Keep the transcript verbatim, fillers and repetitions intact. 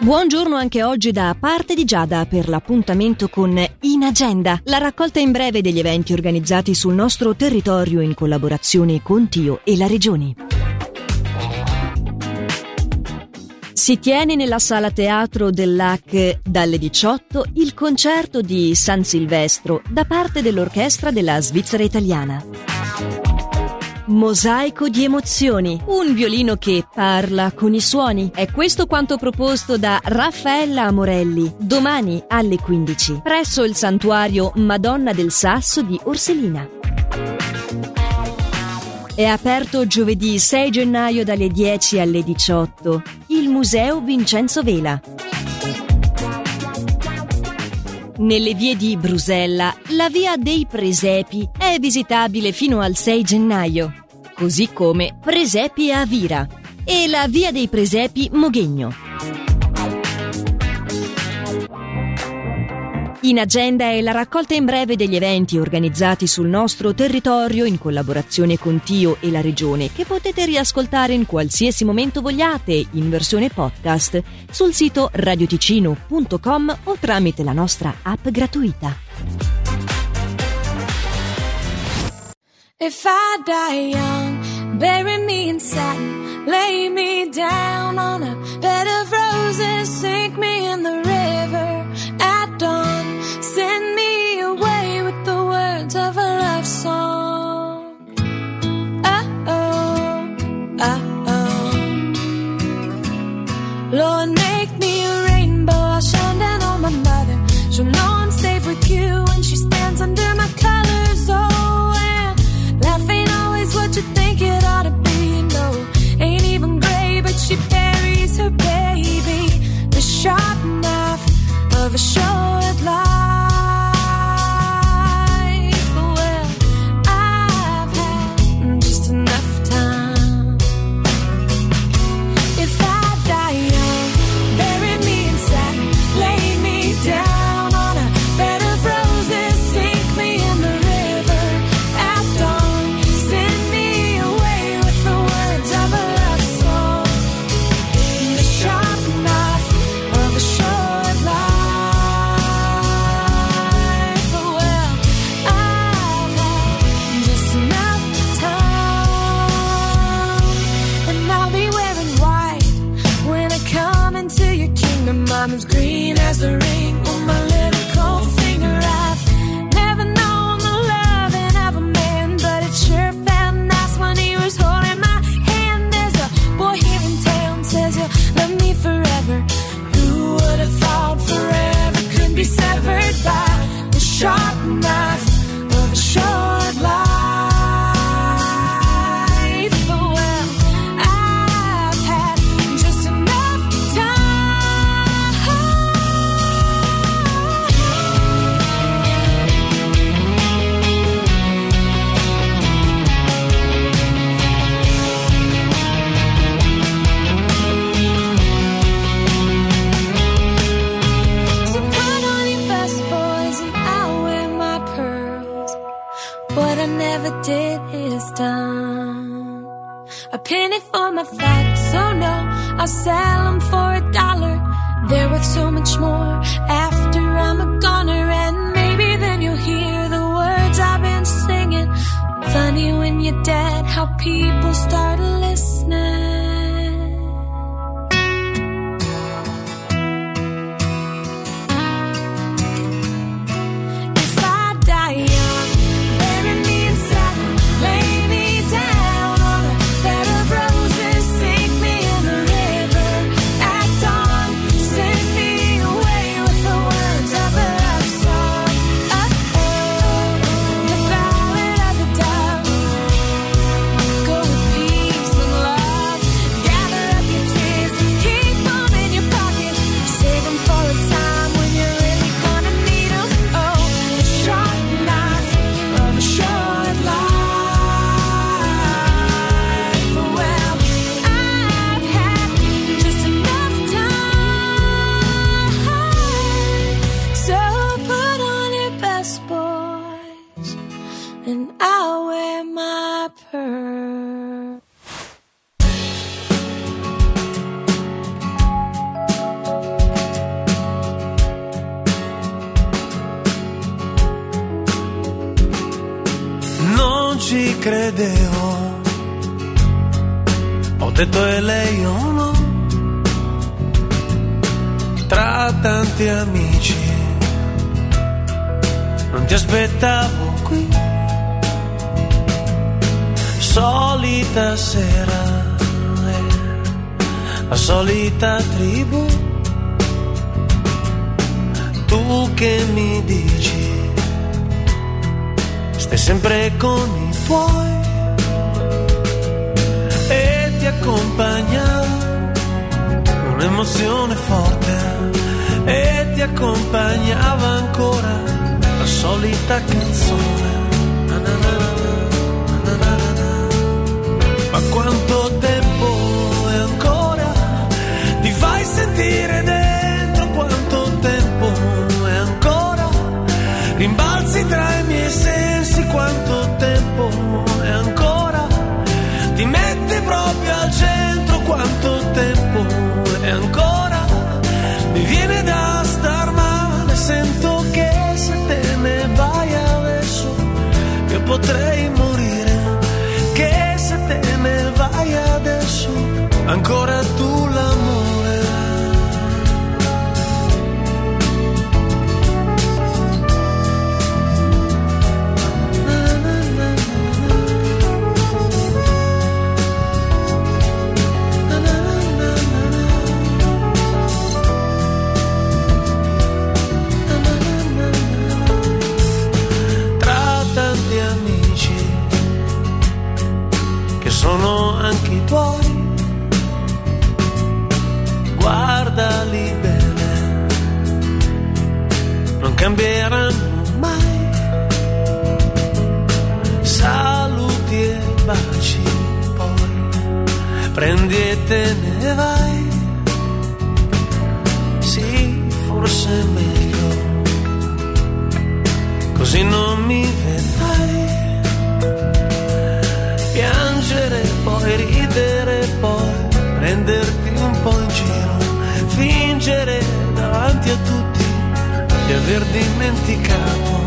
Buongiorno anche oggi da parte di Giada per l'appuntamento con In Agenda, la raccolta in breve degli eventi organizzati sul nostro territorio in collaborazione con Tio e la Regione. Si tiene nella sala teatro dell'A C dalle diciotto il concerto di San Silvestro da parte dell'orchestra della Svizzera Italiana. Mosaico di emozioni, un violino che parla con i suoni. È questo quanto proposto da Raffaella Amorelli domani alle quindici presso il santuario Madonna del Sasso di Orselina. È aperto giovedì sei gennaio dalle dieci alle diciotto il Museo Vincenzo Vela. Nelle vie di Brusella, la via dei Presepi è visitabile fino al sei gennaio, così come Presepi a Vira e la via dei Presepi Moghegno. In Agenda è la raccolta in breve degli eventi organizzati sul nostro territorio in collaborazione con Tio e la Regione, che potete riascoltare in qualsiasi momento vogliate in versione podcast sul sito radioticino punto com o tramite la nostra app gratuita. If I die young, bury me in satin, lay me down on a bed of roses, sink me in the river at dawn, send me away with the words of a love song. Oh-oh, oh-oh. Lord, make me a rainbow, I'll shine down on my mother. She'll know I'm safe with you when she stands under my colors. Oh, and life ain't always what you think it ought to be. No, ain't even gray, but she buries her baby. The sharp knife of a short life. Well, I've had just enough time. If I die young, bury me in satin, lay me down on a bed of roses, sink me in the river at dawn, send me away with the words of a love song. The sharp knife of a short life. I'm as green as the ring on my little cold finger. I've never known the loving of a man, but it sure felt nice when he was holding my hand. There's a boy here in town says he'll love me forever. Who would have thought forever could be severed by the sharp knife of a short life? What I never did is done. A penny for my thoughts, oh no, I'll sell them for a dollar. They're worth so much more after I'm a goner. And maybe then you'll hear the words I've been singing. Funny when you're dead, how people start listening. Go with peace. credevo, ho detto è lei o no, tra tanti amici, non ti aspettavo qui, solita sera, eh, la solita tribù, tu che mi dici, stai sempre con i tuoi e ti accompagnava un'emozione forte e ti accompagnava ancora la solita canzone. Ma quanto tempo è ancora? Ti fai sentire dentro, quanto tempo è ancora? Rimbalzi tra i miei sensi, quanto tempo è ancora? Ti mette proprio al centro, quanto tempo è ancora? Mi viene da star male, sento che se te ne vai adesso io potrei morire, che se te ne vai adesso ancora tu l'amore. Sono anche i tuoi, guardali bene, non cambieranno mai, saluti e baci, poi prendi e te ne vai, sì, forse è meglio, così non mi vedrai. Piangere, poi ridere, poi prenderti un po' in giro, fingere davanti a tutti di aver dimenticato